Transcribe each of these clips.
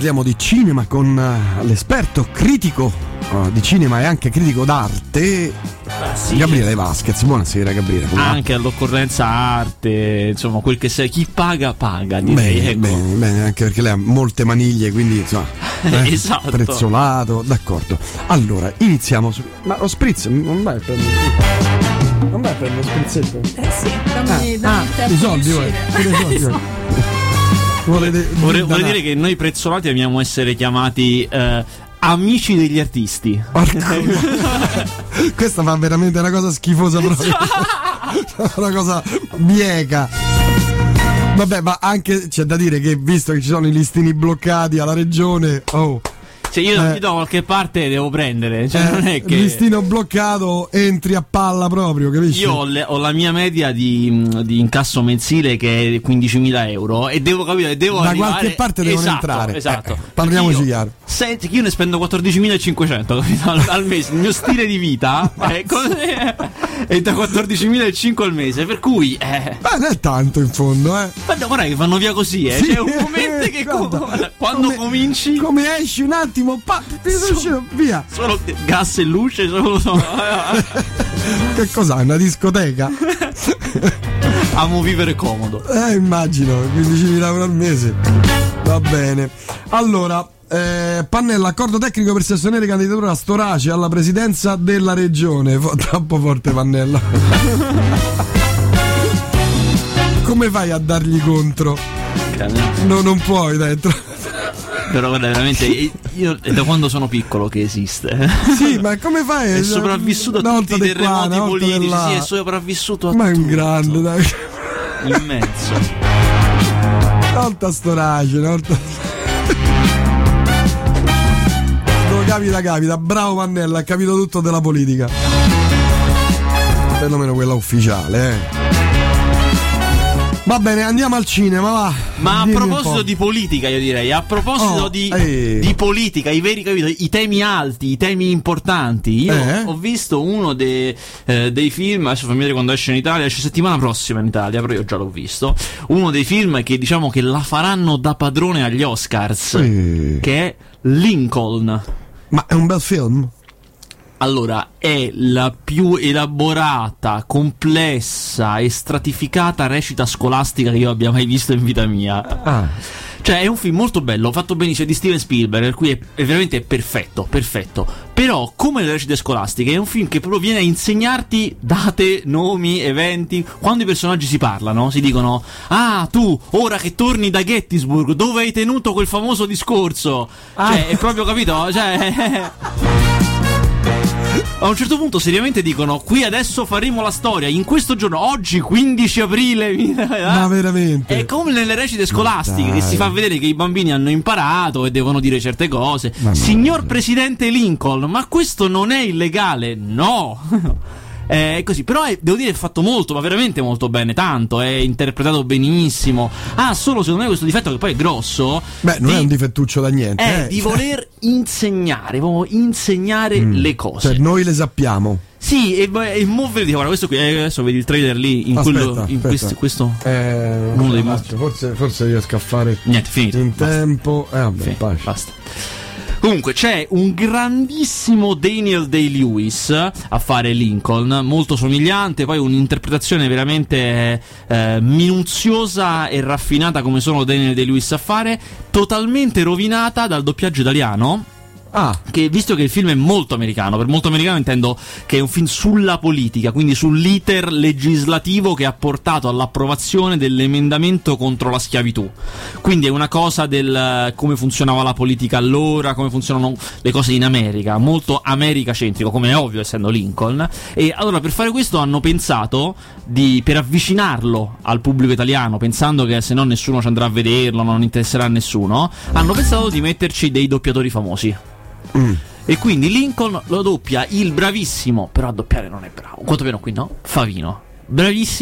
parliamo di cinema con l'esperto critico di cinema e anche critico d'arte, sì. Gabriele Vasquez. Buonasera Gabriele. Anche all'occorrenza arte, insomma, quel che sei, chi paga, direi. Bene, ecco. bene, anche perché lei ha molte maniglie, quindi insomma, esatto. prezzolato, d'accordo. Allora, iniziamo ma lo spritz, non vai a prendere lo sprizzetto? Sì, dammi i soldi, Vorrei dire che noi prezzolati amiamo essere chiamati amici degli artisti. Questa fa veramente una cosa schifosa proprio. Una cosa bieca. Vabbè, ma anche c'è da dire che visto che ci sono i listini bloccati alla regione, Cioè io da qualche parte devo prendere, cioè non è che il listino bloccato entri a palla proprio, capisci? Io ho la mia media di incasso mensile che è 15.000 euro e devo capire, devo da arrivare, qualche parte devono entrare. Esatto. Parliamoci chiaro. Senti che io ne spendo 14.500, capito? Al mese. Il mio stile di vita è da 14.500 al mese, per cui non è tanto in fondo, guarda che vanno via così, Sì, c'è un momento che quando cominci come esci un attimo via. Solo gas e luce, Che cos'è? Una discoteca? Amo vivere comodo. Immagino, 15.000 euro al mese. Va bene. Allora, Pannella, accordo tecnico per sostenere candidatura a Storace alla presidenza della regione. Troppo forte Pannella. Come fai a dargli contro? No, non puoi, dentro. Però guarda, veramente io è da quando sono piccolo che esiste. Sì, ma come fai? È sopravvissuto a tutti i terremoti politici. Sì, è sopravvissuto a ma è tutto. Un grande, dai. Immenso. Una volta Storace, una volta. Dove capita, bravo Pannella, ha capito tutto della politica. Perlomeno quella ufficiale, Va bene, andiamo al cinema, va. Ma a proposito di politica, io direi, a proposito di politica, i veri, capito, i temi alti, i temi importanti. Io ho visto uno dei film, adesso fammi vedere quando esce in Italia, esce settimana prossima in Italia, però io già l'ho visto. Uno dei film che diciamo che la faranno da padrone agli Oscars, che è Lincoln. Ma è un bel film? Allora, è la più elaborata, complessa e stratificata recita scolastica che io abbia mai visto in vita mia. Cioè, è un film molto bello, fatto benissimo, di Steven Spielberg, per cui è veramente perfetto. Però, come le recite scolastiche, è un film che proprio viene a insegnarti date, nomi, eventi. Quando i personaggi si parlano, si dicono: ah, tu, ora che torni da Gettysburg, dove hai tenuto quel famoso discorso? Cioè, è proprio, capito? Cioè... A un certo punto seriamente dicono: qui adesso faremo la storia in questo giorno, oggi 15 aprile. Ma veramente? È come nelle recite scolastiche, che si fa vedere che i bambini hanno imparato e devono dire certe cose. Signor Presidente Lincoln, ma questo non è illegale? No. È così, però devo dire è fatto molto, ma veramente molto bene, tanto, è interpretato benissimo. Solo secondo me questo difetto, che poi è grosso. Non è un difettuccio da niente. È di voler insegnare, le cose. Cioè noi le sappiamo. Sì, e mo ve lo dico, guarda, questo qui, adesso vedi il trailer lì, aspetta. questo uno dei forse riesco a fare niente, finito. In tempo. Basta. Comunque c'è un grandissimo Daniel Day-Lewis a fare Lincoln, molto somigliante, poi un'interpretazione veramente minuziosa e raffinata come sono Daniel Day-Lewis a fare, totalmente rovinata dal doppiaggio italiano. Che visto che il film è molto americano, per molto americano intendo che è un film sulla politica, quindi sull'iter legislativo che ha portato all'approvazione dell'emendamento contro la schiavitù. Quindi è una cosa del come funzionava la politica allora, come funzionano le cose in America, molto americacentrico, come è ovvio essendo Lincoln. E allora per fare questo hanno pensato per avvicinarlo al pubblico italiano, pensando che se no nessuno ci andrà a vederlo, non interesserà a nessuno, hanno pensato di metterci dei doppiatori famosi. E quindi Lincoln lo doppia il bravissimo, però a doppiare non è bravo, quantomeno qui no, Favino. Bravissimo,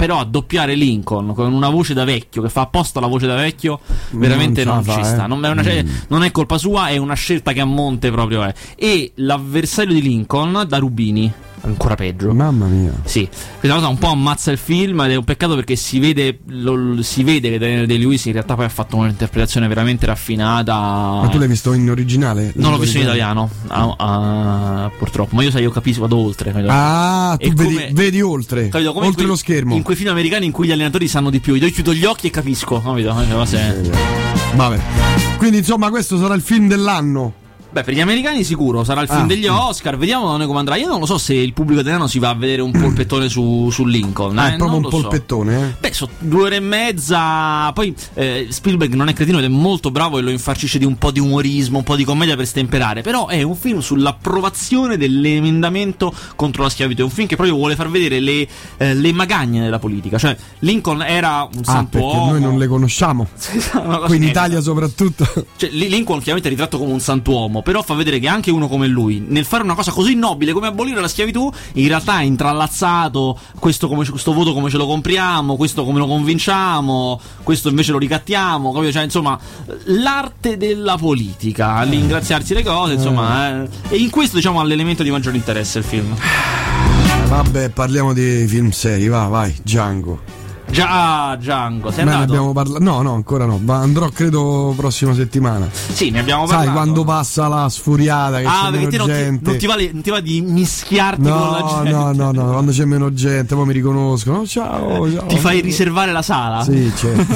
però a doppiare Lincoln con una voce da vecchio, che fa apposta la voce da vecchio, veramente non ci sta. Non è colpa sua, è una scelta che a monte proprio è. E l'avversario di Lincoln, da Rubini, ancora peggio. Mamma mia. Sì, questa cosa un po' ammazza il film ed è un peccato, perché si vede che Daniel Day-Lewis in realtà poi ha fatto un'interpretazione veramente raffinata. Ma tu l'hai visto in originale? Non l'ho visto in italiano, purtroppo. Ma io capisco, vado oltre. Tu vedi oltre, capito? Come oltre lo schermo. In quei film americani in cui gli allenatori sanno di più, io chiudo gli occhi e capisco, capito? Vabbè. Quindi insomma questo sarà il film dell'anno. Beh, per gli americani sicuro sarà il film degli Oscar. Vediamo come andrà. Io non lo so se il pubblico italiano si va a vedere un polpettone su Lincoln. È proprio un polpettone, Beh, sono 2 ore e mezza. Poi Spielberg non è cretino ed è molto bravo e lo infarcisce di un po' di umorismo, un po' di commedia per stemperare. Però è un film sull'approvazione dell'emendamento contro la schiavitù. È un film che proprio vuole far vedere le magagne della politica. Cioè, Lincoln era un santuomo. Perché noi non le conosciamo. Qui in Italia soprattutto. Cioè, Lincoln chiaramente è ritratto come un santuomo, però fa vedere che anche uno come lui, nel fare una cosa così nobile come abolire la schiavitù, in realtà ha intrallazzato questo voto come ce lo compriamo, questo come lo convinciamo, questo invece lo ricattiamo, capito? Cioè, insomma, l'arte della politica, l'ingraziarsi le cose, insomma, e in questo, diciamo, ha l'elemento di maggior interesse il film. Vabbè, parliamo di film seri, vai, Django. Django, sei andato? Ne abbiamo parlato? No, ancora no. Andrò credo prossima settimana. Sì, ne abbiamo parlato. Sai, quando passa la sfuriata che c'è meno gente. Non ti va di mischiarti con la gente. No, quando c'è meno gente, poi mi riconoscono. Ciao. Ti fai riservare la sala? Sì, certo.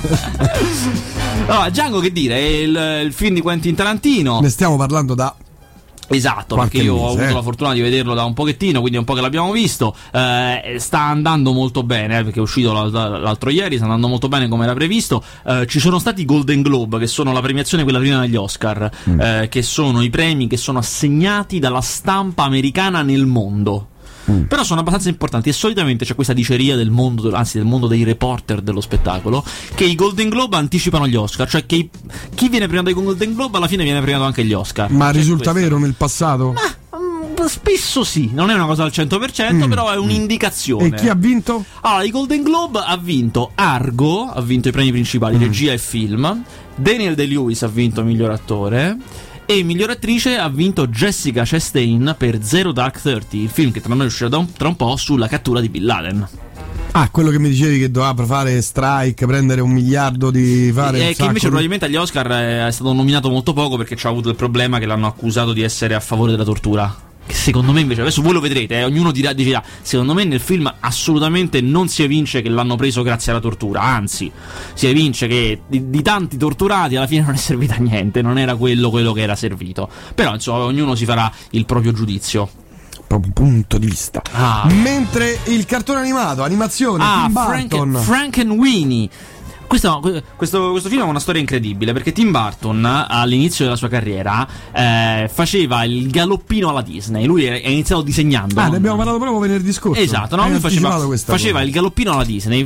Allora, Django, che dire, è il film di Quentin Tarantino. Ne stiamo parlando da... Esatto, perché io ho avuto la fortuna di vederlo da un pochettino, quindi è un po' che l'abbiamo visto. Sta andando molto bene, perché è uscito l'altro ieri, sta andando molto bene come era previsto. Ci sono stati i Golden Globe, che sono la premiazione, quella prima degli Oscar, che sono i premi che sono assegnati dalla stampa americana nel mondo. Però sono abbastanza importanti, e solitamente c'è questa diceria del mondo, anzi del mondo dei reporter dello spettacolo, che i Golden Globe anticipano gli Oscar, cioè che chi viene premiato ai Golden Globe alla fine viene premiato anche agli Oscar. Ma risulta vero nel passato? Spesso sì, non è una cosa al 100%, però è un'indicazione. E chi ha vinto? Allora, i Golden Globe ha vinto Argo, ha vinto i premi principali, regia e film. Daniel Day-Lewis ha vinto miglior attore. E miglior attrice ha vinto Jessica Chastain per Zero Dark Thirty, il film che tra noi uscirà tra un po' sulla cattura di Bin Laden. Quello che mi dicevi che doveva fare strike, prendere 1 miliardo di fare. Che invece probabilmente agli Oscar è stato nominato molto poco, perché c'ha avuto il problema che l'hanno accusato di essere a favore della tortura. Che secondo me invece, adesso voi lo vedrete, ognuno dirà, secondo me nel film assolutamente non si evince che l'hanno preso grazie alla tortura, anzi si evince che di tanti torturati alla fine non è servita a niente, non era quello che era servito. Però insomma ognuno si farà il proprio giudizio, proprio punto di vista. Mentre il cartone animazione Tim Burton, Frankenweenie. Questo film ha una storia incredibile, perché Tim Burton all'inizio della sua carriera faceva il galoppino alla Disney. Lui è iniziato disegnando. Ne abbiamo parlato proprio venerdì scorso. Esatto, no? Lui faceva il galoppino alla Disney.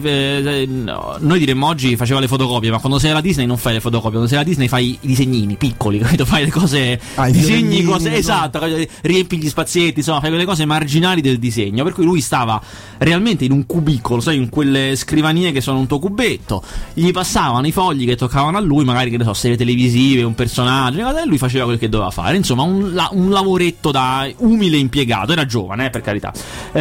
Noi diremmo oggi faceva le fotocopie, ma quando sei alla Disney non fai le fotocopie, quando sei alla Disney fai i disegnini piccoli, capito? Fai le cose, disegni cose, esatto, riempi gli spazietti, insomma, fai quelle cose marginali del disegno. Per cui lui stava realmente in un cubicolo, sai, in quelle scrivanie che sono un tuo cubetto. Gli passavano i fogli che toccavano a lui, magari, che ne so, serie televisive, un personaggio, e lui faceva quel che doveva fare. Insomma, un lavoretto da umile impiegato. Era giovane, per carità,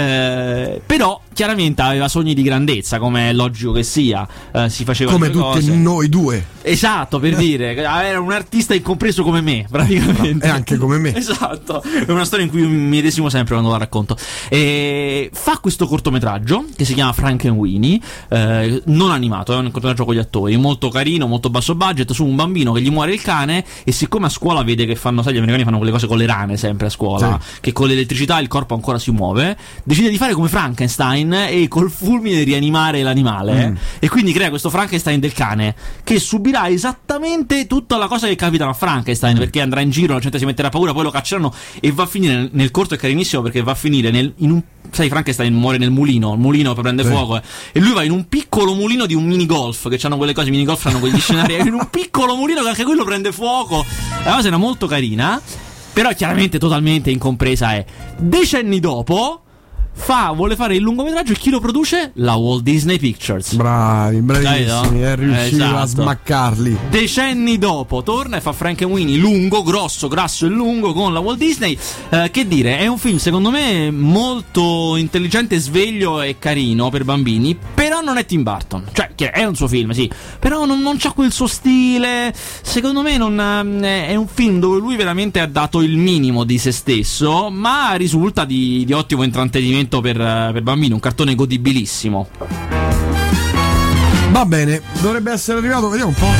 però chiaramente aveva sogni di grandezza, come è logico che sia. Si faceva come tutti cose. Noi due. Esatto, per dire, era un artista incompreso come me, praticamente. E anche come me. Esatto, è una storia in cui mi medesimo sempre quando la racconto. Fa questo cortometraggio che si chiama Frankenweenie, non animato, è un cortometraggio con gli attori, molto carino, molto basso budget, su un bambino che gli muore il cane, e siccome a scuola vede che fanno, sai, gli americani fanno quelle cose con le rane sempre a scuola, sì, che con l'elettricità il corpo ancora si muove, decide di fare come Frankenstein e col fulmine rianimare l'animale, e quindi crea questo Frankenstein del cane, che subirà esattamente tutta la cosa che capita a Frankenstein, perché andrà in giro, la gente si metterà paura, poi lo cacceranno, e va a finire nel corto, è carinissimo, perché va a finire in un, sai, Frankenstein muore nel mulino, il mulino poi prende fuoco, e lui va in un piccolo mulino di un mini golf, che hanno quelle cose, i mini golf hanno quegli scenari, in un piccolo mulino che anche quello prende fuoco. La cosa era molto carina, però chiaramente totalmente incompresa è: decenni dopo vuole fare il lungometraggio, e chi lo produce? La Walt Disney Pictures. Bravissimi, è riuscito a Esatto. smaccarli. Decenni dopo torna e fa Frankenweenie lungo, grosso, grasso e lungo con la Walt Disney. Che dire, è un film secondo me molto intelligente, sveglio e carino per bambini, però non è Tim Burton. Cioè, che è un suo film, sì, però non c'ha quel suo stile. Secondo me è un film dove lui veramente ha dato il minimo di se stesso, ma risulta di ottimo intrattenimento per bambini, un cartone godibilissimo. Va bene, dovrebbe essere arrivato, vediamo un po'.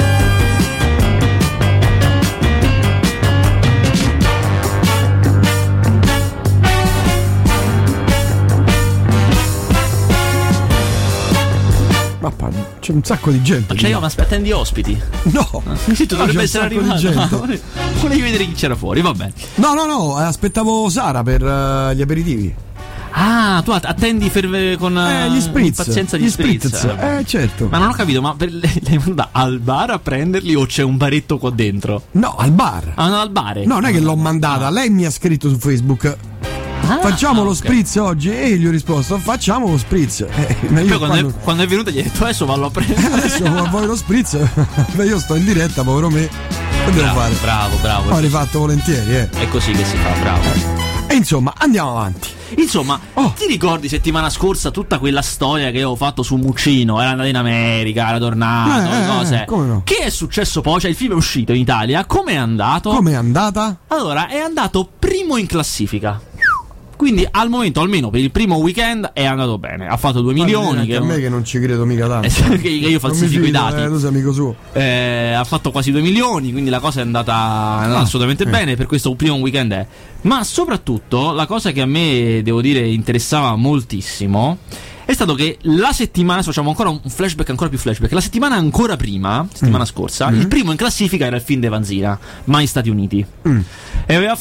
C'è un sacco di gente. Ma aspettando ospiti. No, Sì, dovrebbe essere arrivato. Volevi vedere chi c'era fuori, va bene. No, aspettavo Sara per gli aperitivi. Ah, tu attendi con gli spritz. pazienza gli spritz. Certo. Ma non ho capito, ma lei manda al bar a prenderli o c'è un baretto qua dentro? No, al bar. Ah, no, al bar. No, non è che l'ho mandata, lei mi ha scritto su Facebook. Facciamo lo spritz oggi, e gli ho risposto facciamo lo spritz. Ma io quando è venuta gli ho detto adesso vallo a prendere. Adesso vuoi lo spritz? Io sto in diretta, povero me. Che devo fare? Bravo. Ho rifatto volentieri, È così che si fa, bravo. E insomma, andiamo avanti. Insomma, ti ricordi settimana scorsa tutta quella storia che avevo fatto su Muccino? Era andato in America, era tornato, cose. Come no? Che è successo poi? Cioè, il film è uscito in Italia. Com'è andato? Com'è andata? Allora, è andato primo in classifica. Quindi al momento, almeno per il primo weekend, è andato bene. Ha fatto 2 milioni. Che a me che non ci credo mica tanto. Che io falsifico i dati. Tu sei amico suo. Ha fatto quasi 2 milioni, quindi la cosa è andata assolutamente bene. Per questo primo weekend è. Ma soprattutto la cosa che a me, devo dire, interessava moltissimo è stato che la settimana, facciamo ancora un flashback, ancora più flashback. La settimana ancora prima, settimana scorsa, il primo in classifica era il film de Vanzina, Mai Stati Uniti, e aveva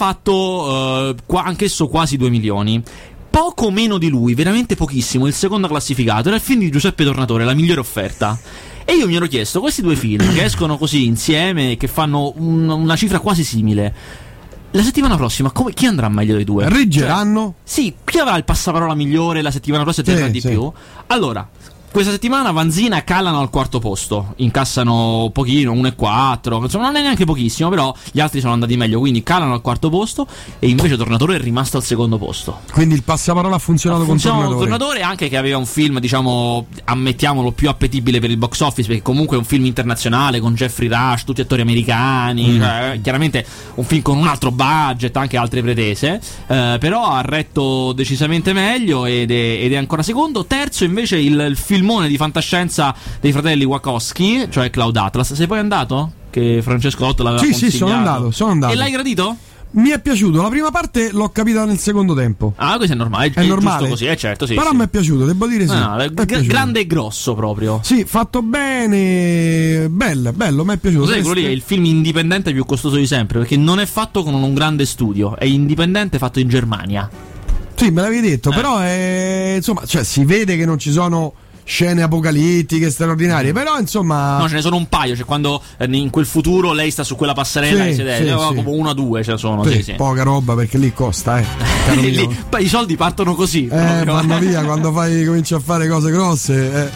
fatto anch'esso quasi 2 milioni. Poco meno di lui, veramente pochissimo, il secondo classificato era il film di Giuseppe Tornatore, La migliore offerta. E io mi ero chiesto, questi due film che escono così insieme, che fanno una cifra quasi simile, la settimana prossima chi andrà meglio dei due? Reggeranno? Cioè, sì, chi avrà il passaparola migliore la settimana prossima e di più? Allora, questa settimana Vanzina calano al quarto posto, incassano pochino, 1,4, insomma non è neanche pochissimo, però gli altri sono andati meglio, quindi calano al quarto posto, e invece Tornatore è rimasto al secondo posto. Quindi il passaparola ha funzionato con Tornatore, anche che aveva un film, diciamo, ammettiamolo, più appetibile per il box office, perché comunque è un film internazionale con Jeffrey Rush, tutti attori americani, chiaramente un film con un altro budget, anche altre pretese, però ha retto decisamente meglio ed è ancora secondo. Terzo invece il filmone di fantascienza dei fratelli Wachowski, cioè Cloud Atlas. Sei poi andato? Che Francesco Lotto l'aveva consigliato. Sì, sono andato. E l'hai gradito? Mi è piaciuto, la prima parte l'ho capita nel secondo tempo. Ah, questo è normale, è normale così, certo, sì. Però mi è piaciuto, devo dire sì. Grande e grosso proprio. Sì, fatto bene, bello, mi è piaciuto. Sai, quello lì è il film indipendente più costoso di sempre, perché non è fatto con un grande studio, è indipendente, fatto in Germania. Sì, me l'avevi detto, però insomma, cioè si vede che non ci sono scene apocalittiche straordinarie, però insomma no, ce ne sono un paio, cioè quando in quel futuro lei sta su quella passerella e sedere, come 1 o 2 ce ne sono, sì. Poca roba, perché lì costa, caro lì, i soldi partono così, vanno via quando cominci a fare cose grosse,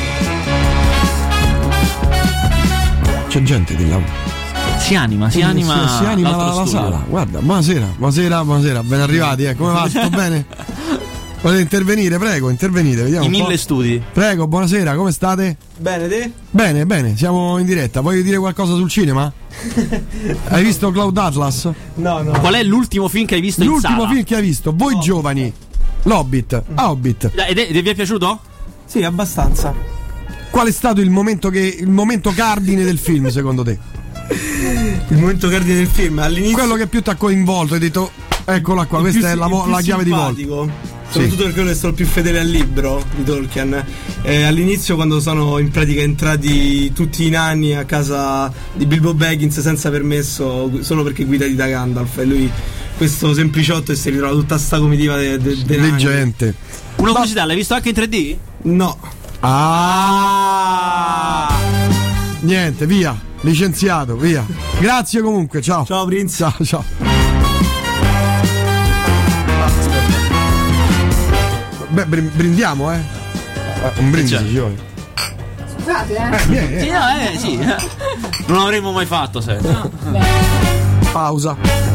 C'è gente di là. Si anima la sala. Guarda, buonasera, ben arrivati, come va? Tutto bene? Volete intervenire? Prego, intervenite, vediamo. I 1000 studi. Prego, buonasera, come state? Bene, te? Bene, siamo in diretta. Vuoi dire qualcosa sul cinema? Hai visto Cloud Atlas? No. Qual è l'ultimo film che hai visto in sala? L'ultimo film che hai visto? Voi giovani. L'Hobbit. Hobbit. E vi è piaciuto? Sì, abbastanza. Qual è stato il momento cardine del film, secondo te? Il momento cardine del film? All'inizio. Quello che più ti ha coinvolto, hai detto eccola qua, questa è la chiave di volta. Soprattutto per quello che sono più fedele al libro di Tolkien. All'inizio, quando sono in pratica entrati tutti i nani a casa di Bilbo Baggins senza permesso, solo perché guidati da Gandalf, e lui, questo sempliciotto, e si ritrova tutta sta comitiva di gente. Una curiosità, l'hai visto anche in 3D? No. Niente, via, licenziato, via. Grazie comunque, ciao. Ciao Prince. Ciao. Beh, brindiamo, un brindisi, ci vuole. Scusate, sì. Non l'avremmo mai fatto, se. No, pausa.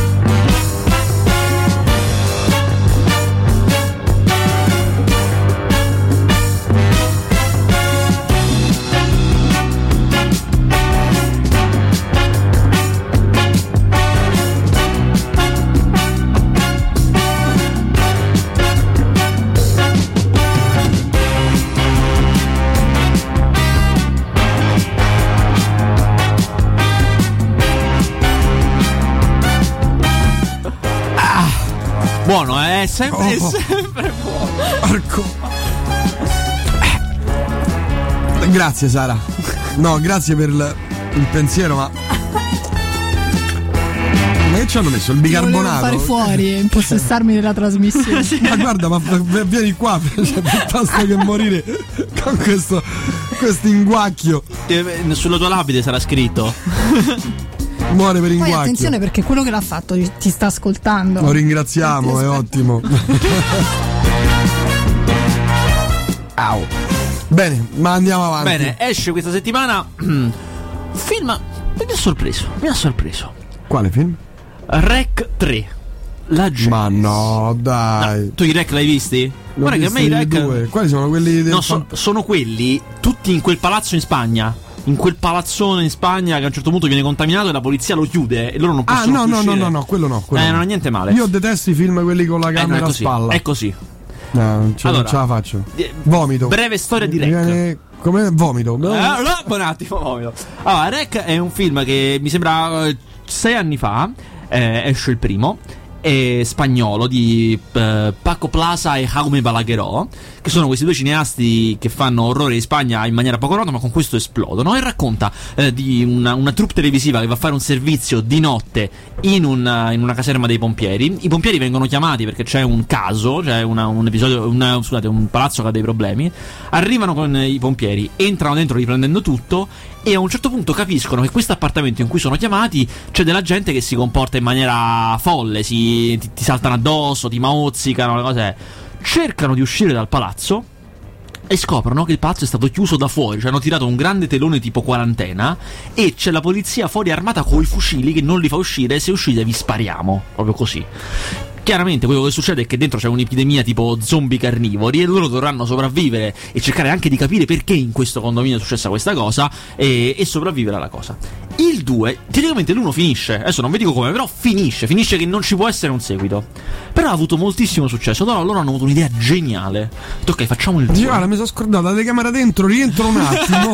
Buono, è sempre buono. Porco. Grazie Sara. No, grazie per il pensiero, ma che ci hanno messo? Il bicarbonato? Volevo fare fuori, impossessarmi della trasmissione. Ma guarda, ma vieni qua, cioè, piuttosto che morire con questo inguacchio. Sulla tua lapide sarà scritto muore per inguacchio. Poi attenzione, perché quello che l'ha fatto ti sta ascoltando. Lo ringraziamo, è ottimo. Au. Bene, ma andiamo avanti. Bene, esce questa settimana un film mi ha sorpreso. Quale film? Rec 3. La Genesis. Ma no, dai. No, tu i Rec l'hai visti? Guarda che a me i Rec due. Quali sono quelli del sono quelli tutti in quel palazzo in Spagna. In quel palazzone in Spagna che a un certo punto viene contaminato e la polizia lo chiude e loro non possono uscire. No, quello no. Non è niente male. Io detesto i film quelli con la camera a spalla. È così. No, non ce la faccio. Vomito. Breve storia di Rec. Come vomito? No. Un attimo, vomito. Allora, Rec è un film che mi sembra 6 anni fa esce il primo. È spagnolo di Paco Plaza e Jaume Balagueró, che sono questi due cineasti che fanno orrore in Spagna in maniera poco nota, ma con questo esplodono, e racconta di una troupe televisiva che va a fare un servizio di notte in una caserma dei pompieri. I pompieri vengono chiamati perché c'è un caso, c'è un episodio, un palazzo che ha dei problemi. Arrivano con i pompieri, entrano dentro riprendendo tutto, e a un certo punto capiscono che questo appartamento in cui sono chiamati c'è della gente che si comporta in maniera folle, ti saltano addosso, ti maozzicano, le cose. Cercano di uscire dal palazzo e scoprono che il palazzo è stato chiuso da fuori, cioè hanno tirato un grande telone tipo quarantena e c'è la polizia fuori armata coi fucili che non li fa uscire, se uscite vi spariamo, proprio così. Chiaramente quello che succede è che dentro c'è un'epidemia tipo zombie carnivori e loro dovranno sopravvivere e cercare anche di capire perché in questo condominio è successa questa cosa e sopravvivere alla cosa. Il 2, teoricamente l'1 finisce, adesso non vi dico come, però finisce che non ci può essere un seguito. Però ha avuto moltissimo successo, allora loro hanno avuto un'idea geniale. Ok, facciamo il 2. Guarda, mi sono scordato la telecamera dentro, rientro un attimo.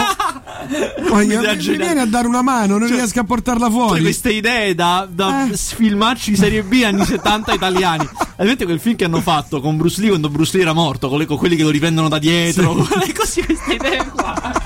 Poi mi viene a dare una mano, non riesco a portarla fuori. Queste idee da filmacci di serie B anni 70 italiani. Ovviamente quel film che hanno fatto con Bruce Lee quando Bruce Lee era morto, con quelli che lo riprendono da dietro, sì. Così queste idee qua.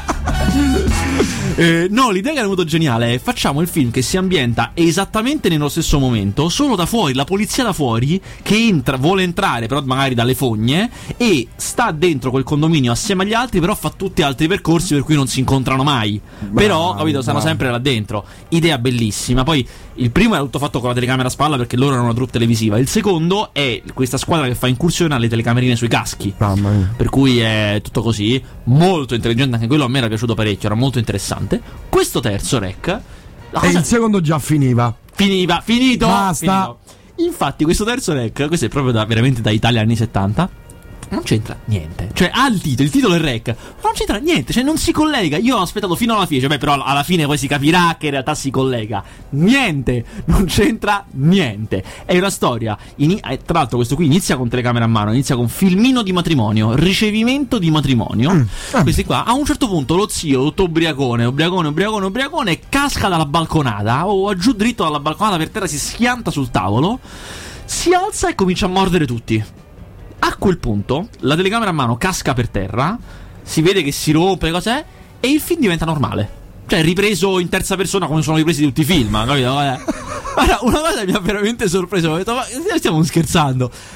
No, l'idea che hanno avuto geniale è: facciamo il film che si ambienta esattamente nello stesso momento, solo da fuori, la polizia da fuori che vuole entrare però magari dalle fogne e sta dentro quel condominio assieme agli altri, però fa tutti altri percorsi per cui non si incontrano mai. Però, capito, stanno sempre là dentro. Idea bellissima. Poi il primo era tutto fatto con la telecamera a spalla perché loro erano una troupe televisiva. Il secondo è questa squadra che fa incursione alle telecamerine sui caschi. Per cui è tutto così, molto intelligente, anche quello a me era piaciuto parecchio, era molto interessante. Questo terzo Rec e il secondo già finito. Basta. Finito. Infatti questo terzo Rec, questo è proprio veramente da Italia anni 70, non c'entra niente. Cioè ha il titolo è Rec, ma non c'entra niente, cioè non si collega. Io ho aspettato fino alla fine, cioè, però alla fine poi si capirà che in realtà si collega. Niente, non c'entra niente. È una storia tra l'altro questo qui inizia con telecamera a mano, inizia con filmino di matrimonio, ricevimento di matrimonio. Questi qua, a un certo punto lo zio tutto ubriacone, casca dalla balconata o giù dritto dalla balconata per terra, si schianta sul tavolo, si alza e comincia a mordere tutti. A quel punto la telecamera a mano casca per terra, si vede che si rompe, cos'è, e il film diventa normale. Cioè ripreso in terza persona come sono ripresi tutti i film, capito? Guarda, una cosa mi ha veramente sorpreso, ho detto, ma stiamo scherzando. Però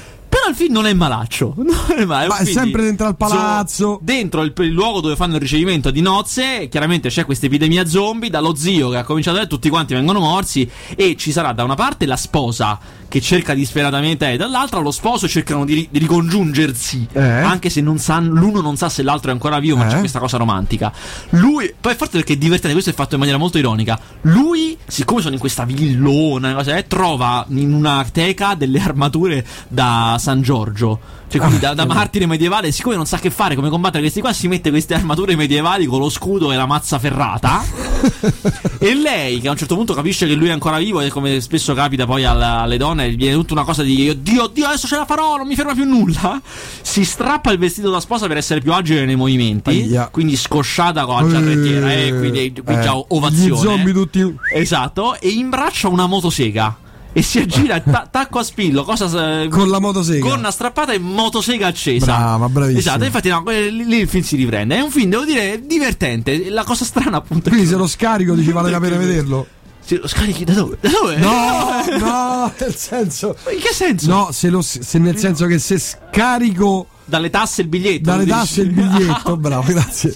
Però il film non è malaccio. Ma è sempre dentro al palazzo. Dentro il luogo dove fanno il ricevimento di nozze, chiaramente c'è questa epidemia zombie, dallo zio che ha cominciato a tutti quanti vengono morsi, e ci sarà da una parte la sposa che cerca disperatamente, e dall'altra lo sposo, cercano di ricongiungersi, anche se non sanno, l'uno non sa se l'altro è ancora vivo, ma c'è questa cosa romantica. Lui, poi forte perché è divertente, questo è fatto in maniera molto ironica. Lui, siccome sono in questa villona, trova in una teca delle armature da San Giorgio. Cioè, quindi da martire medievale, siccome non sa che fare, come combattere questi qua, si mette queste armature medievali con lo scudo e la mazza ferrata. E lei, che a un certo punto capisce che lui è ancora vivo, e come spesso capita poi alle donne, viene tutta una cosa di Dio, adesso ce la farò, non mi ferma più nulla. Si strappa il vestito da sposa per essere più agile nei movimenti, quindi scosciata con la giarrettiera, quindi qui già ovazione. Gli zombie tutti. Esatto, e imbraccia una motosega. E si aggira tacco a spillo, con la motosega, gonna strappata e motosega accesa. Brava, bravissima. Esatto, infatti lì il film si riprende. È un film, devo dire, divertente. La cosa strana, appunto. Quindi se lo scarico dici vale la pena vederlo? Se lo scarichi da dove? Da dove? No, nel senso. In che senso? No, se nel senso che se scarico dalle tasse il biglietto. Dalle tasse il biglietto, bravo, grazie.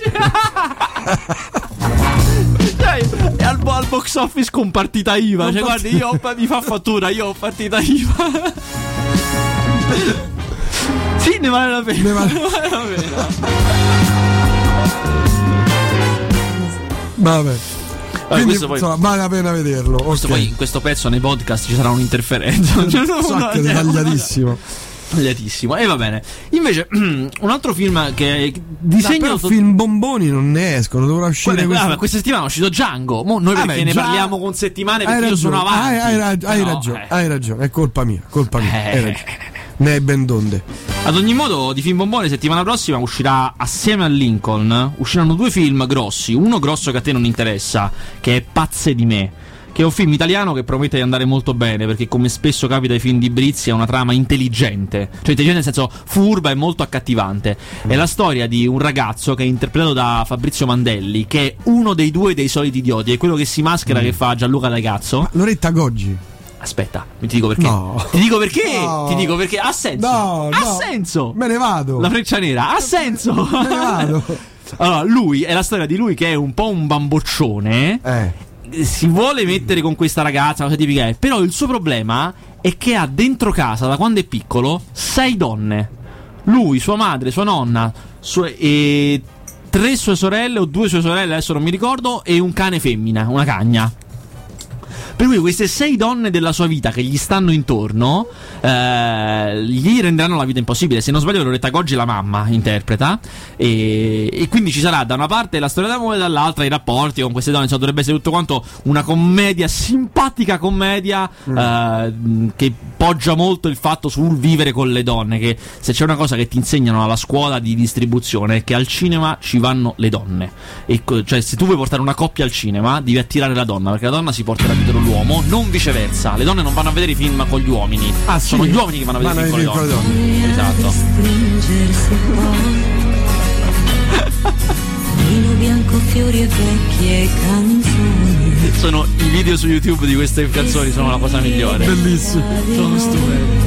È al box office con partita IVA. Cioè, guardi, mi fa fattura, io ho partita IVA. Sì, ne vale la pena. Ne vale la pena. Vabbè. Quindi, poi, insomma, vale la pena vederlo. Questo poi in questo pezzo nei podcast ci sarà un'interferenza. Tagliatissimo. E va bene. Invece un altro film che disegna film bomboni non ne escono, dovrà uscire questa settimana è uscito Django. Noi perché ne parliamo con settimane, perché io sono avanti. Hai ragione, è colpa mia. Hai ragione. Ne hai ben donde. Ad ogni modo, di film bombone settimana prossima uscirà assieme a Lincoln, usciranno 2 film grossi. Uno grosso che a te non interessa, che è Pazze di me, che è un film italiano che promette di andare molto bene, perché come spesso capita ai film di Brizzi è una trama intelligente, cioè intelligente nel senso furba e molto accattivante. È la storia di un ragazzo che è interpretato da Fabrizio Mandelli, che è uno dei 2 dei soliti idioti, è quello che si maschera che fa Gianluca D'Agazzo. Ma Loretta Goggi. Aspetta, ti dico perché. Ti dico perché ha senso. Ha senso. Me ne vado. La Freccia Nera ha senso. Me ne vado. Allora, lui è la storia di lui che è un po' un bamboccione. Si vuole mettere con questa ragazza, cosa tipica è. Però il suo problema è che ha dentro casa, da quando è piccolo, 6 donne. Lui, sua madre, sua nonna, e 3 sue sorelle o 2 sue sorelle, adesso non mi ricordo, e un cane femmina, una cagna. Per cui queste 6 donne della sua vita che gli stanno intorno gli renderanno la vita impossibile. Se non sbaglio, Loretta Goggi la mamma interpreta, e quindi ci sarà da una parte la storia d'amore, dall'altra i rapporti con queste donne. Insomma, dovrebbe essere tutto quanto una commedia, simpatica commedia, che poggia molto il fatto sul vivere con le donne, che se c'è una cosa che ti insegnano alla scuola di distribuzione è che al cinema ci vanno le donne, cioè se tu vuoi portare una coppia al cinema devi attirare la donna, perché la donna si porterà dietro l'uomo, non viceversa. Le donne non vanno a vedere i film con gli uomini, sono gli uomini che vanno a vedere i film con le donne. Esatto. Vino bianco, fiori e vecchie canzoni. Sono i video su YouTube di queste canzoni, sono la cosa migliore. Bellissimo. Sono stupendi.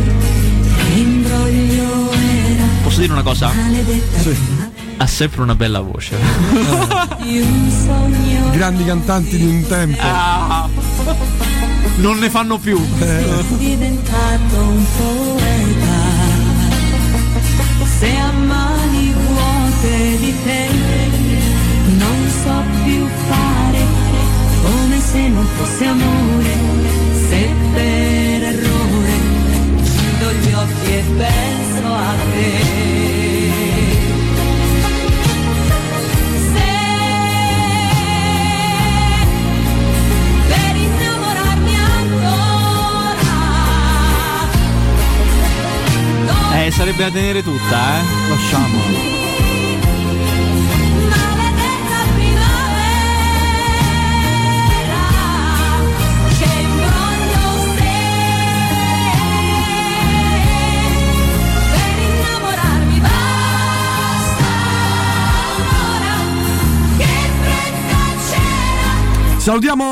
Posso dire una cosa? Sì. Ha sempre una bella voce. Grandi cantanti di un tempo. Non ne fanno più. Diventato un poeta. Se a mani vuote di te non so più fare, come se non fosse amore, se per errore chiudo gli occhi e penso a te. Sarebbe da tenere tutta, Lasciamola. Maledetta primavera, che imbroglio sei, per innamorarmi basta un'ora, che fretta c'era. Salutiamo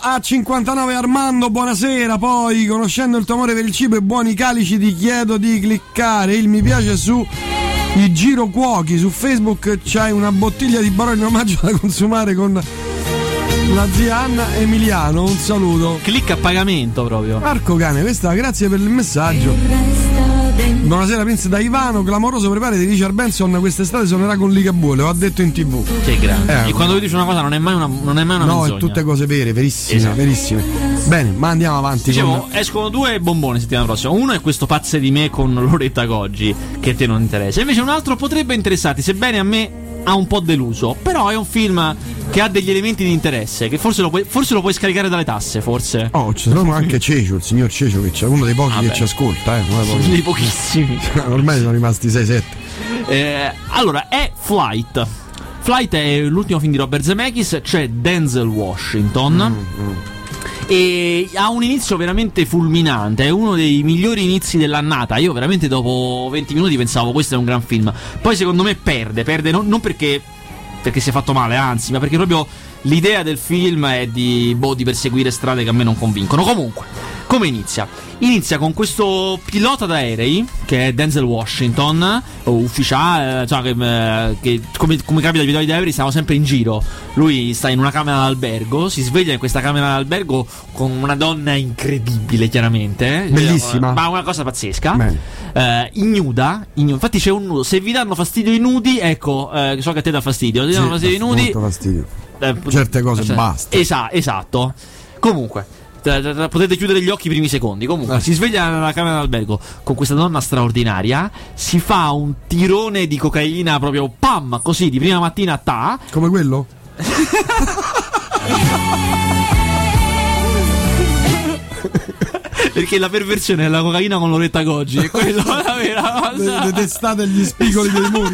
a 59 Armando, buonasera. Poi, conoscendo il tuo amore per il cibo e buoni calici, ti chiedo di cliccare il mi piace su i Giro Cuochi. Su Facebook c'hai una bottiglia di Barolo in omaggio da consumare con la zia Anna Emiliano. Un saluto. Clicca a pagamento proprio. Marco Cane, questa, grazie per il messaggio. Buonasera Prince da Ivano, clamoroso, preparati, Richard Benson quest'estate suonerà con Ligabue, lo ha detto in TV. Che grande. E quando lui dice una cosa non è mai una no, menzogna. è tutte cose vere, verissime, esatto. Verissime. Bene, ma andiamo avanti. Dicevo, escono 2 bomboni settimana prossima. Uno è questo Pazze di me con Loretta Goggi, che a te non interessa. Invece un altro potrebbe interessarti, sebbene a me ha un po' deluso. Però è un film che ha degli elementi di interesse, che forse lo puoi scaricare dalle tasse, forse. Oh, ci sono anche Cecio, il signor Cecio, che c'è uno dei pochi che ci ascolta, Sono dei pochissimi. Ormai sono rimasti 6-7. Allora, è Flight. Flight è l'ultimo film di Robert Zemeckis, c'è Denzel Washington. E ha un inizio veramente fulminante, è uno dei migliori inizi dell'annata. Io veramente dopo 20 minuti pensavo questo è un gran film. Poi secondo me perde non perché si è fatto male, anzi, ma perché proprio l'idea del film è di perseguire strade che a me non convincono. Comunque, come inizia? Inizia con questo pilota d'aerei che è Denzel Washington, ufficiale, cioè che come capita ai piloti d'aerei stanno sempre in giro. Lui sta in una camera d'albergo, si sveglia in questa camera d'albergo con una donna incredibile, chiaramente, bellissima, ma una cosa pazzesca, ignuda. Infatti c'è un nudo. Se vi danno fastidio i nudi, ecco, so che a te dà fastidio. Se vi danno fastidio i nudi, molto fastidio. Certe cose basta. Esatto. Comunque potete chiudere gli occhi i primi secondi. Comunque si sveglia nella camera d'albergo con questa donna straordinaria, si fa un tirone di cocaina proprio pam, così di prima mattina come quello? Perché la perversione è la cocaina con Loretta Goggi, è quello la vera cosa. Le testate gli spigoli dei muri.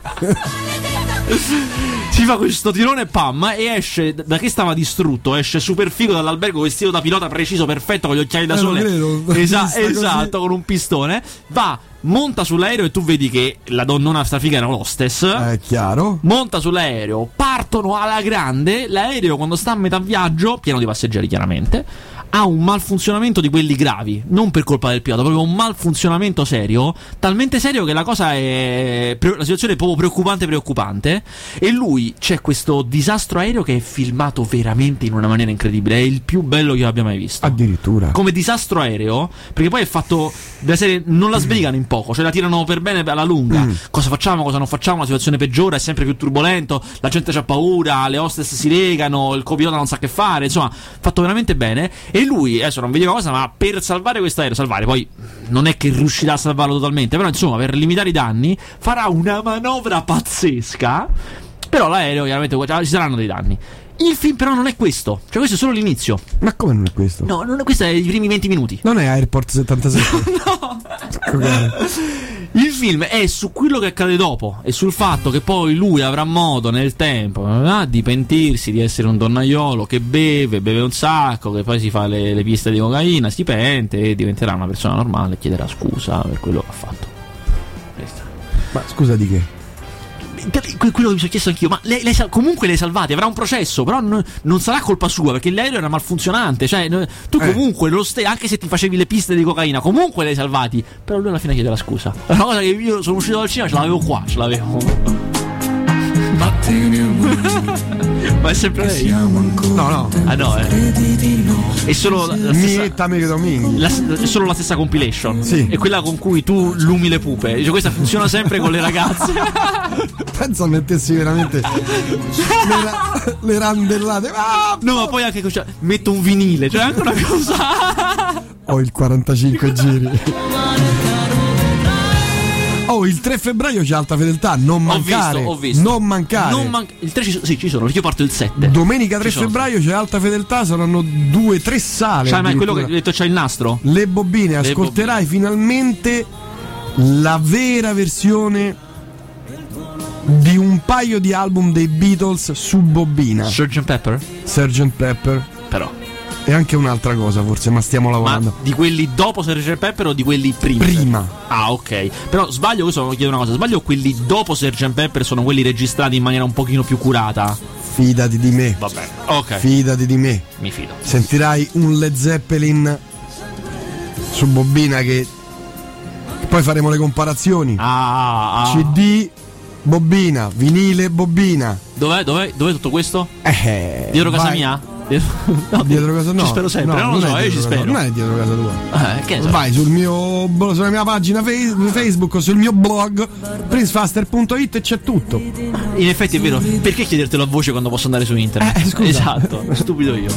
Si fa questo tirone pam e esce, da che stava distrutto, esce super figo dall'albergo vestito da pilota preciso, perfetto, con gli occhiali da sole. Esatto, con un pistone. Monta sull'aereo e tu vedi che la donnona strafiga era l'hostess. È chiaro. Monta sull'aereo, partono alla grande. L'aereo, quando sta a metà viaggio, pieno di passeggeri chiaramente, ha un malfunzionamento di quelli gravi, non per colpa del pilota, proprio un malfunzionamento serio, talmente serio che la cosa è la situazione è proprio preoccupante. E lui, c'è questo disastro aereo che è filmato veramente in una maniera incredibile, è il più bello che io abbia mai visto, addirittura come disastro aereo, perché poi è fatto della serie, non la sbrigano in poco, cioè la tirano per bene alla lunga. Cosa facciamo, cosa non facciamo, la situazione peggiora, è sempre più turbolento, la gente c'ha paura, le hostess si legano, il copilota non sa che fare, insomma fatto veramente bene. E lui, adesso non vi dico cosa, ma per salvare questo aereo, poi non è che riuscirà a salvarlo totalmente, però insomma per limitare i danni farà una manovra pazzesca. Però l'aereo chiaramente ci saranno dei danni. Il film però non è questo, cioè questo è solo l'inizio. Ma come non è questo? No, non è questo, è i primi 20 minuti. Non è Airport 77. No. Il film è su quello che accade dopo e sul fatto che poi lui avrà modo nel tempo di pentirsi di essere un donnaiolo che beve un sacco, che poi si fa le piste di cocaina, si pente e diventerà una persona normale e chiederà scusa per quello che ha fatto. Ma scusa di che? Quello che mi sono chiesto anch'io, ma comunque le salvate, avrà un processo, però non sarà colpa sua perché l'aereo era malfunzionante, cioè tu comunque anche se ti facevi le piste di cocaina comunque le hai salvati, però lui alla fine chiede la scusa. È una cosa che io sono uscito dal cinema, ce l'avevo. Ma è sempre lei? No. Ah no, è solo la stessa, è solo la stessa compilation. Sì. È quella con cui tu lumi le pupe. Dice, questa funziona sempre con le ragazze. Penso a mettersi veramente le randellate. No, ma poi anche metto un vinile, cioè anche una cosa. Ho il 45 giri. Oh, il 3 febbraio c'è Alta Fedeltà, non mancare. Ho visto. Non mancare. Il 3 sì, ci sono, perché io parto il 7. Domenica 3 febbraio c'è Alta Fedeltà, saranno 2-3 sale. Cioè, ma è quello che ho detto, c'è il nastro? Le bobine, ascolterai finalmente la vera versione di un paio di album dei Beatles su bobina. Sgt. Pepper? Sgt. Pepper. Però E anche un'altra cosa forse, ma stiamo lavorando. Ma di quelli dopo Sgt. Pepper o di quelli prima? Prima. Ah, ok. Però sbaglio, questo chiedo una cosa, sbaglio, quelli dopo Sgt. Pepper sono quelli registrati in maniera un pochino più curata? Fidati di me. Va bene, ok. Fidati di me. Mi fido. Sentirai un Led Zeppelin su bobina che poi faremo le comparazioni. CD, bobina, vinile, bobina. Dov'è tutto questo? Dietro casa mia? No, dietro casa no. Ci spero sempre, no, non lo so, io ci spero. Non è dietro casa tua. Che so? Vai sulla mia pagina Facebook o sul mio blog princefaster.it e c'è tutto. In effetti è vero, perché chiedertelo a voce quando posso andare su internet? Scusa. Esatto, stupido io.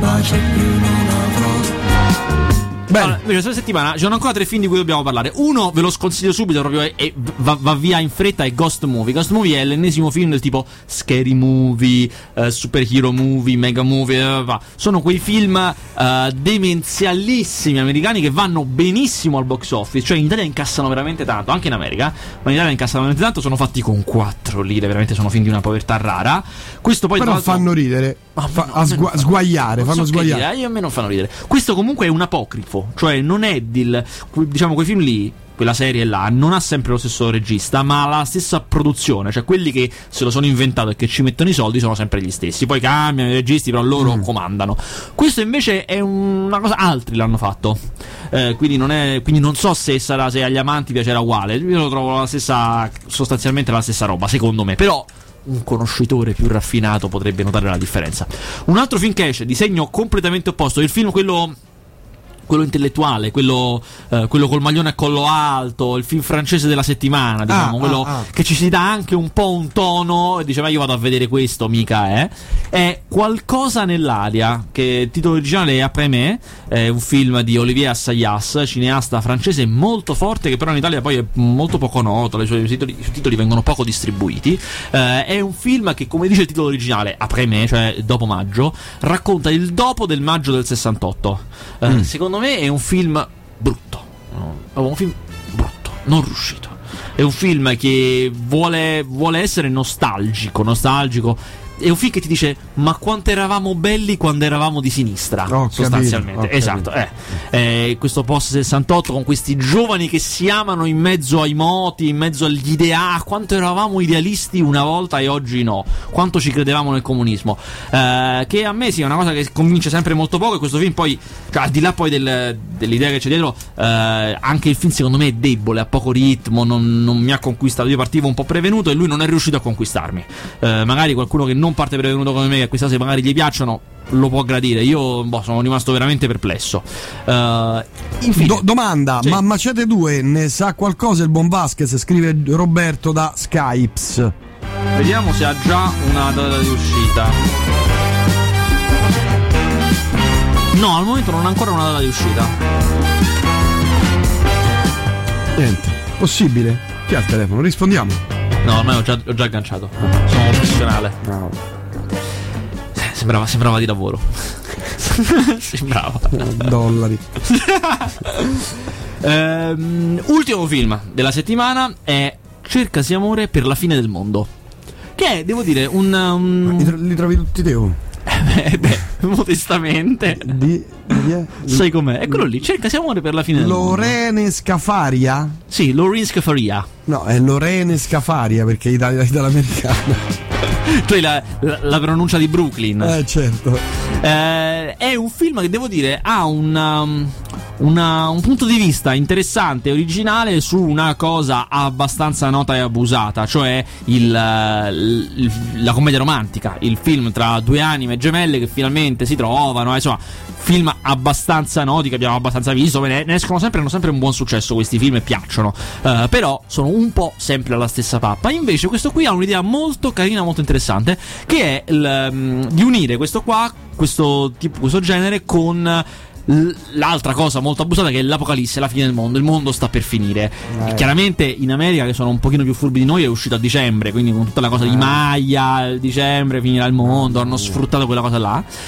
Allora, invece questa settimana ci sono ancora 3 film di cui dobbiamo parlare. Uno ve lo sconsiglio subito, proprio e va via in fretta, è Ghost Movie. Ghost Movie è l'ennesimo film del tipo Scary Movie, Superhero Movie, Mega Movie. Sono quei film demenzialissimi americani che vanno benissimo al box office. Cioè in Italia incassano veramente tanto, anche in America, ma in Italia incassano veramente tanto. Sono fatti con 4 lire, veramente sono film di una povertà rara. Questo poi però fanno ridere, sguagliare, fanno sguagliare. A me non fanno ridere. Questo comunque è un apocrifo. Cioè non è diciamo quei film lì, quella serie là non ha sempre lo stesso regista, ma ha la stessa produzione. Cioè quelli che se lo sono inventato e che ci mettono i soldi sono sempre gli stessi. Poi cambiano i registi, però loro comandano. Questo invece è una cosa, altri l'hanno fatto, quindi non so se agli amanti piacerà uguale. Io lo trovo sostanzialmente la stessa roba, secondo me. Però un conoscitore più raffinato potrebbe notare la differenza. Un altro film che esce di segno completamente opposto, il film quello intellettuale, quello col maglione a collo alto, il film francese della settimana, diciamo, che ci si dà anche un po' un tono e dice ma io vado a vedere questo, mica è Qualcosa nell'aria, che il titolo originale è Après me, è un film di Olivier Assayas, cineasta francese molto forte, che però in Italia poi è molto poco noto, i suoi titoli vengono poco distribuiti. È un film che, come dice il titolo originale, Après me, cioè dopo maggio, racconta il dopo del maggio del 68. Secondo me è un film brutto, non riuscito. È un film che vuole essere nostalgico. È un film che ti dice ma quanto eravamo belli quando eravamo di sinistra, sostanzialmente. Esatto. Questo post 68 con questi giovani che si amano in mezzo ai moti, in mezzo agli ideali. Quanto eravamo idealisti una volta e oggi no. Quanto ci credevamo nel comunismo. Che a me è una cosa che convince sempre molto poco. E questo film poi, cioè, al di là poi dell'idea che c'è dietro, anche il film secondo me è debole, ha poco ritmo, non mi ha conquistato. Io partivo un po' prevenuto e lui non è riuscito a conquistarmi. Magari qualcuno che non parte prevenuto come me, che queste cose magari gli piacciono, lo può gradire. Io sono rimasto veramente perplesso. Infine, domanda, sì. Ma Macete 2 ne sa qualcosa il buon Vasquez? Scrive Roberto da Skypes. Vediamo se ha già una data di uscita. No, al momento non ha ancora una data di uscita. Niente, possibile? Chi ha il telefono? Rispondiamo. No, ormai ho già agganciato. Sono professionale. No. Sembrava di lavoro. Sembrava. Dollari. Ultimo film della settimana è Cercasi amore per la fine del mondo. Che è, devo dire, li trovi tutti te? Modestamente. Sai com'è? Eccolo lì, Cercasi amore per la fine del mondo. Lorene Scafaria? Sì, Lorene Scafaria. No, è Lorene Scafaria perché è italo-americana. Tu hai la pronuncia di Brooklyn. Certo. È un film che devo dire ha un punto di vista interessante e originale su una cosa abbastanza nota e abusata, cioè la commedia romantica, il film tra due anime gemelle che finalmente si trovano, insomma, film abbastanza noti che abbiamo abbastanza visto, ne escono sempre, hanno sempre un buon successo questi film e piacciono, però sono un po' sempre alla stessa pappa. Invece questo qui ha un'idea molto carina, molto interessante, che è di unire questo genere con l'altra cosa molto abusata, che è l'apocalisse, la fine del mondo, il mondo sta per finire. E chiaramente in America, che sono un pochino più furbi di noi, è uscito a dicembre, quindi con tutta la cosa di Maya, dicembre finirà il mondo, hanno sfruttato quella cosa là.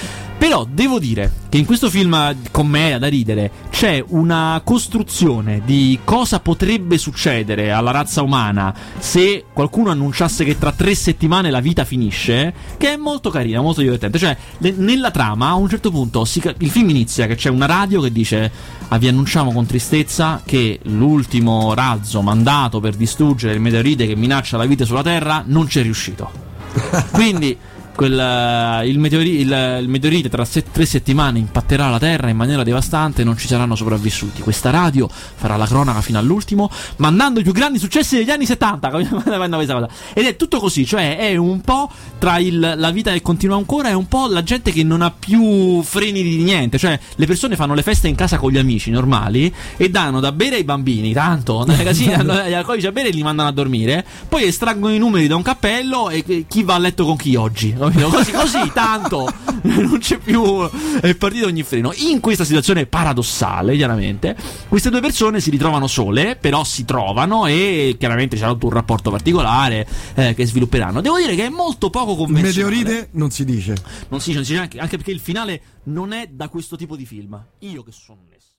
Però devo dire che in questo film commedia da ridere c'è una costruzione di cosa potrebbe succedere alla razza umana se qualcuno annunciasse che tra 3 settimane la vita finisce, che è molto carina, molto divertente. Cioè nella trama a un certo punto il film inizia che c'è una radio che dice: vi annunciamo con tristezza che l'ultimo razzo mandato per distruggere il meteorite che minaccia la vita sulla Terra non c'è riuscito. Quindi il meteorite tra 3 settimane impatterà la Terra in maniera devastante e non ci saranno sopravvissuti. Questa radio farà la cronaca fino all'ultimo, mandando i più grandi successi degli anni 70. Ed è tutto così, cioè è un po' tra la vita che continua ancora e un po' la gente che non ha più freni di niente. Cioè le persone fanno le feste in casa con gli amici normali e danno da bere ai bambini, tanto nelle casine hanno gli alcolici a bere e li mandano a dormire, poi estraggono i numeri da un cappello e chi va a letto con chi oggi. Così tanto non c'è più, è partito ogni freno. In questa situazione paradossale, chiaramente, queste due persone si ritrovano sole, però si trovano e chiaramente c'è un rapporto particolare che svilupperanno. Devo dire che è molto poco convenzionale. Meteorite non si dice anche perché il finale non è da questo tipo di film. Io che sono